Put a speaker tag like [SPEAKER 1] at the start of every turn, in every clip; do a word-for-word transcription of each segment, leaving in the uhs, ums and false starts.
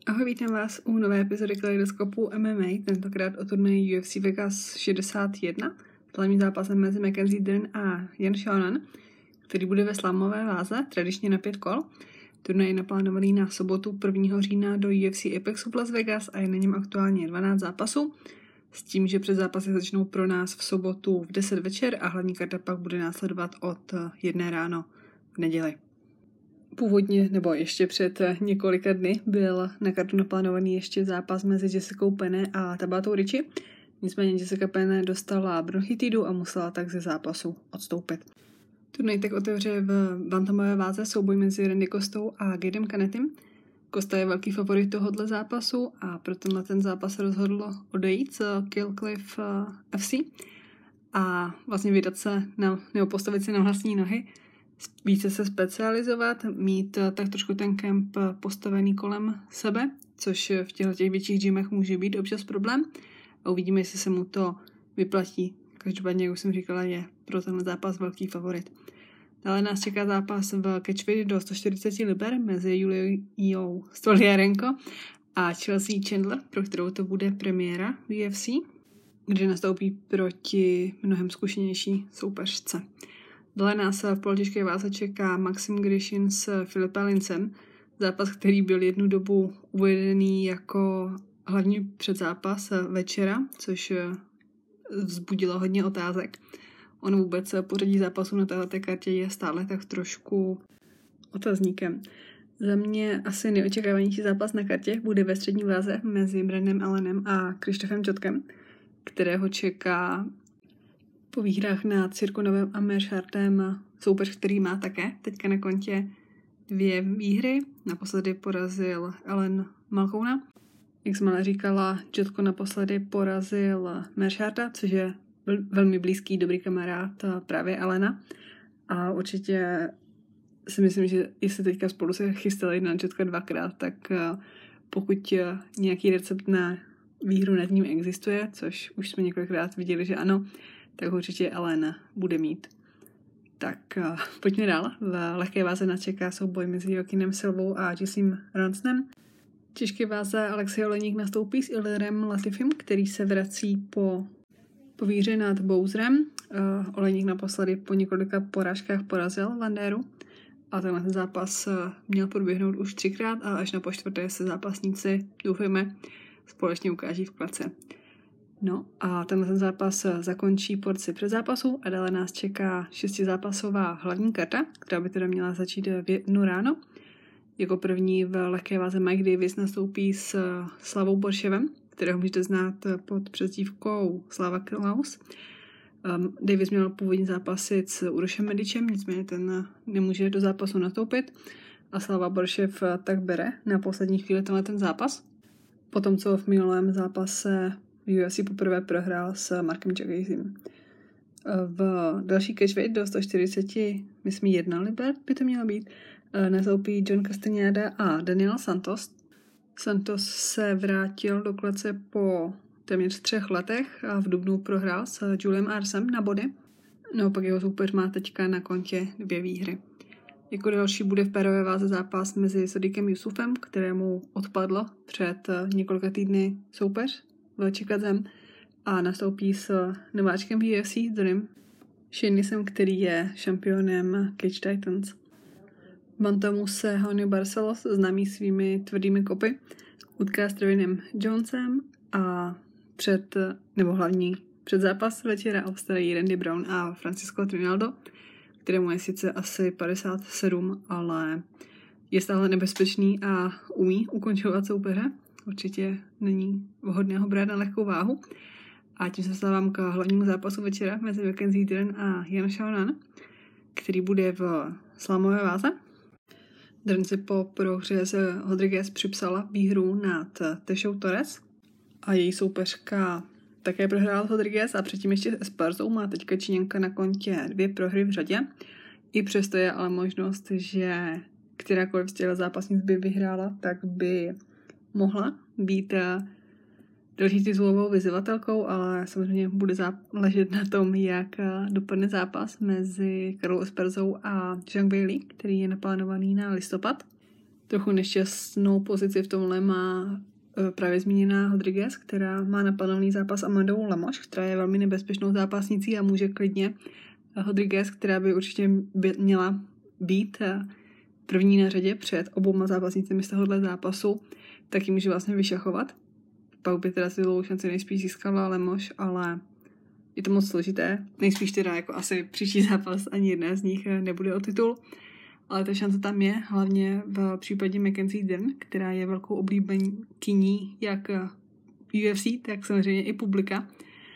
[SPEAKER 1] Ahoj, vítám vás u nové epizody Kaleidoskopu M M A, tentokrát o turnaji U F C Vegas šedesát jedna, hlavním zápasem mezi Mackenzie Dern a Jan Xiaonan, který bude ve slamové váze, tradičně na pět kol. Turnaj je naplánovaný na sobotu prvního října do U F C Apexu Las Vegas a je na něm aktuálně dvanáct zápasů, s tím, že před zápasy začnou pro nás v sobotu v deset večer a hlavní karta pak bude následovat od jedné ráno v neděli. Původně, nebo ještě před několika dny, byl na kartu naplánovaný ještě zápas mezi Jessicou Penne a Tabatou Ricci. Nicméně Jessica Penne dostala bronchitidu a musela tak ze zápasu odstoupit. Turnaj tak otevře v bantamové váze souboj mezi Randy Costou a Gaydem Canettym. Costa je velký favorit tohohle zápasu a pro tenhle ten zápas se rozhodlo odejít z Kill Cliff F C a vlastně vydat se na, nebo postavit se na vlastní nohy, více se specializovat, mít tak trošku ten kemp postavený kolem sebe, což v těchto těch větších gymech může být občas problém. A uvidíme, jestli se mu to vyplatí. Každopádně, jak už jsem říkala, je pro tenhle zápas velký favorit. Dále nás čeká zápas v catchweight do sto čtyřicet liber mezi Juliou Stoliarenko a Chelsea Chandler, pro kterou to bude premiéra v U F C, kde nastoupí proti mnohem zkušenější soupeřce. Dále nás v polotěžké váze čeká Maxim Grishin s Filipem Lincem. Zápas, který byl jednu dobu uvedený jako hlavní předzápas večera, což vzbudilo hodně otázek. On vůbec pořadí zápasu na této kartě je stále tak trošku otazníkem. Za mě asi nejočekávanější zápas na kartě bude ve střední váze mezi Brandem Allenem a Krištofem Jotkem, kterého čeká po výhrách nad Cirkunovem a Meerschaertem soupeř, který má také teďka na kontě dvě výhry. Naposledy porazil Allen Malkouna. Jak jsem ale říkala, Jotko naposledy porazil Meerschaerta, což je velmi blízký, dobrý kamarád právě Allena. A určitě si myslím, že jestli teďka spolu se chystali na Jotka dvakrát, tak pokud nějaký recept na výhru nad ním existuje, což už jsme několikrát viděli, že ano, tak určitě Allen bude mít. Tak uh, pojďme dál. V lehké váze nás čeká souboj mezi Joaquinem Silvou a Jessim Ransonem. V těžké váze Alexej Oleník nastoupí s Ilirem Latifim, který se vrací po, po výhře nad Bowserem. Uh, Oleník naposledy po několika porážkách porazil Vanderu a tenhle zápas uh, měl proběhnout už třikrát a až na počtvrté se zápasníci, doufejme, společně ukáží v klece. No a tenhle ten zápas zakončí porci před zápasu a dále nás čeká šestizápasová hlavní karta, která by teda měla začít v jednu ráno. Jako první v lehké váze Mike Davis nastoupí s Slavou Borševem, kterého můžete znát pod přezdívkou Slava Klaus. Um, Davis měl původní zápasit s Urošem Medičem, nicméně ten nemůže do zápasu nastoupit a Slava Boršev tak bere na poslední chvíli tenhle ten zápas. Potom, co v minulém zápase v U F C poprvé prohrál s Markem Jagazem. V další catchweight do sto čtyřicet, myslím jedna liber by to mělo být, nastoupí John Castañeda a Daniel Santos. Santos se vrátil do klece po téměř třech letech a v dubnu prohrál s Juliem Arsem na body. No pak jeho soupeř má teďka na kontě dvě výhry. Jako další bude v pérové váze zápas mezi Sadikem Yusufem, kterému odpadlo před několika týdny soupeř v Čikadzem a nastoupí s nováčkem v U F C, Donem Shanisem, který je šampionem Cage Titans. V bantamu se Honey Barcelos, známý svými tvrdými kopy, utká s Trevinem Jonesem a před, nebo hlavní před zápas večera obstarají Randy Brown a Francisco Trinaldo, kterému je sice asi padesát sedm, ale je stále nebezpečný a umí ukončovat soupeře. Určitě není vhodné ho brát na lehkou váhu. A tím se dostávám k hlavnímu zápasu večera mezi Mackenzie Dern a Jan Xiaonan, který bude v slamové váze. Dern si po prohře se Rodriguez připsala výhru nad Teshou Torres a její soupeřka také prohrála Rodriguez a předtím ještě s Esparzou má teďka Číňanka na kontě dvě prohry v řadě. I přesto je ale možnost, že kterákoliv z těch zápasnic by vyhrála, tak by mohla být další titulovou vyzývatelkou, ale samozřejmě bude záležet na tom, jak dopadne zápas mezi Karlou Esparzou a Zhang Weili, který je naplánovaný na listopad. trochu nešťastnou pozici v tomhle má právě zmíněná Rodriguez, která má naplánovaný zápas Amandou Lemos, která je velmi nebezpečnou zápasnicí a může klidně Rodriguez, která by určitě by měla být první na řadě před obouma zápasnicemi z tohohle zápasu, tak ji může vlastně vyšachovat. Pak by teda si dlouhou šanci nejspíš získala Lemos, ale je to moc složité. Nejspíš teda jako asi příští zápas ani jedna z nich nebude o titul, ale ta šance tam je, hlavně v případě Mackenzie Dern, která je velkou oblíbenkyní jak U F C, tak samozřejmě i publika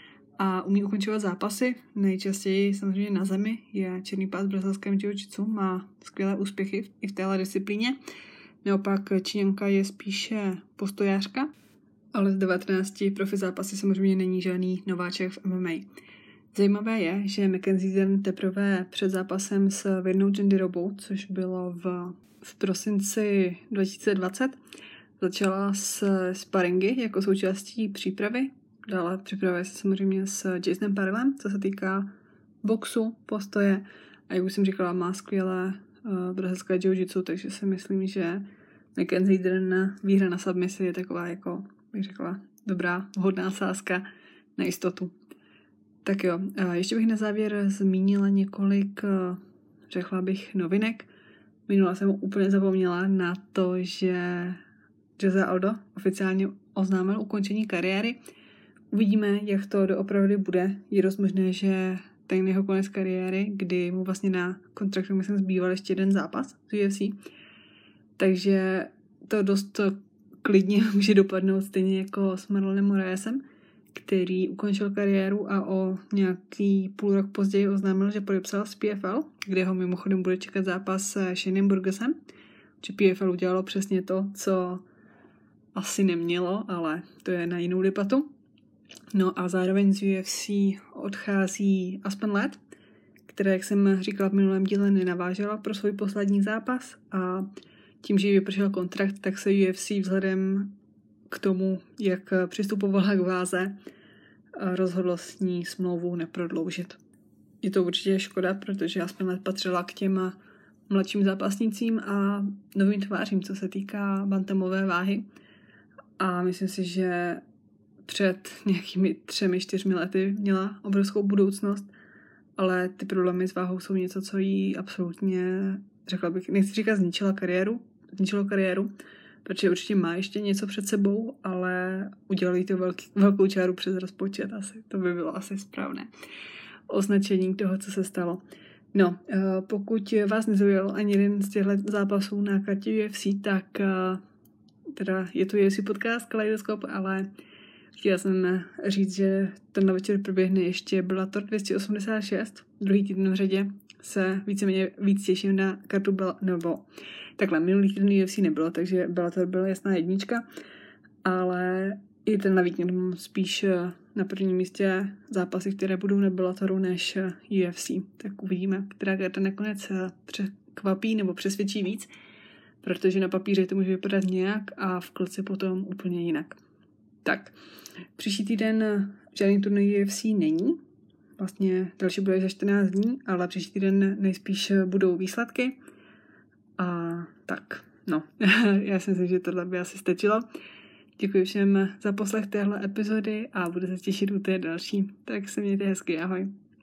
[SPEAKER 1] a umí ukončovat zápasy. Nejčastěji samozřejmě na zemi je černý pás v brazilském jiu-jitsu, má skvělé úspěchy i v téhle disciplíně. Naopak Číňanka je spíše postojářka, ale z devatenácti profi zápasy samozřejmě není žádný nováček v M M A. Zajímavé je, že Mackenzie Dern teprve před zápasem s Virnou Jandirobou, což bylo v, v prosinci dva tisíce dvacet, začala s sparingy jako součástí přípravy. Dále připravuje se samozřejmě s Jasonem Parlem, co se týká boxu, postoje. A jak už jsem říkala, má skvělé uh, brazilské jiu-jitsu, takže si myslím, že Mackenzie Dern výhra na submisi je taková jako, bych řekla, dobrá, vhodná sázka na jistotu. Tak jo, ještě bych na závěr zmínila několik, řekla bych, novinek. Minula jsem úplně zapomněla na to, že Jose Aldo oficiálně oznámil ukončení kariéry. Uvidíme, jak to doopravdy bude. Je dost možné, že ten jeho konec kariéry, kdy mu vlastně na kontraktu myslím zbýval ještě jeden zápas z U F C. Takže to dost klidně může dopadnout stejně jako s Marlonem Moraesem, který ukončil kariéru a o nějaký půl rok později oznámil, že podepsal s P F L, kde ho mimochodem bude čekat zápas s Shanem Burgosem. Že P F L udělalo přesně to, co asi nemělo, ale to je na jinou debatu. No a zároveň z U F C odchází Aspen Ladd, která, jak jsem říkala v minulém díle, nenavážela pro svůj poslední zápas a tím, že jí vypršel kontrakt, tak se U F C vzhledem k tomu, jak přistupovala k váze, rozhodlo s ní smlouvu neprodloužit. Je to určitě škoda, protože Aspen Ladd patřila k těm mladším zápasnicím a novým tvářím, co se týká bantamové váhy. A myslím si, že před nějakými třemi, čtyřmi lety měla obrovskou budoucnost, ale ty problémy s váhou jsou něco, co jí absolutně, řekla bych, nechci říkat zničila kariéru, zničilo kariéru, protože určitě má ještě něco před sebou, ale udělali to velký, velkou čáru přes rozpočet asi. To by bylo asi správné označení toho, co se stalo. No, pokud vás nezaujal ani jeden z těchto zápasů na kartě U F C, tak teda je to U F C podcast Kaleidoskop, ale chtěla jsem říct, že tenhle večer proběhne ještě Bellator dvě stě osmdesát šest, druhý týden v řadě se víceméně víc těším na kartu Bell, nebo takhle, minulý týden U F C nebylo, takže Bellator byla jasná jednička, ale i ten víkend mám spíš na prvním místě zápasy, které budou na Bellatoru než U F C. Tak uvidíme, která karta nakonec překvapí nebo přesvědčí víc, protože na papíře to může vypadat nějak a v klci potom úplně jinak. Tak, příští týden žádný turnaj U F C není. Vlastně další bude za čtrnáct dní, ale příští týden nejspíš budou výsledky. A tak, no, já si myslím, že tohle by asi stačilo. Děkuji všem za poslech téhle epizody a budu se těšit u té další. Tak se mějte hezky, ahoj.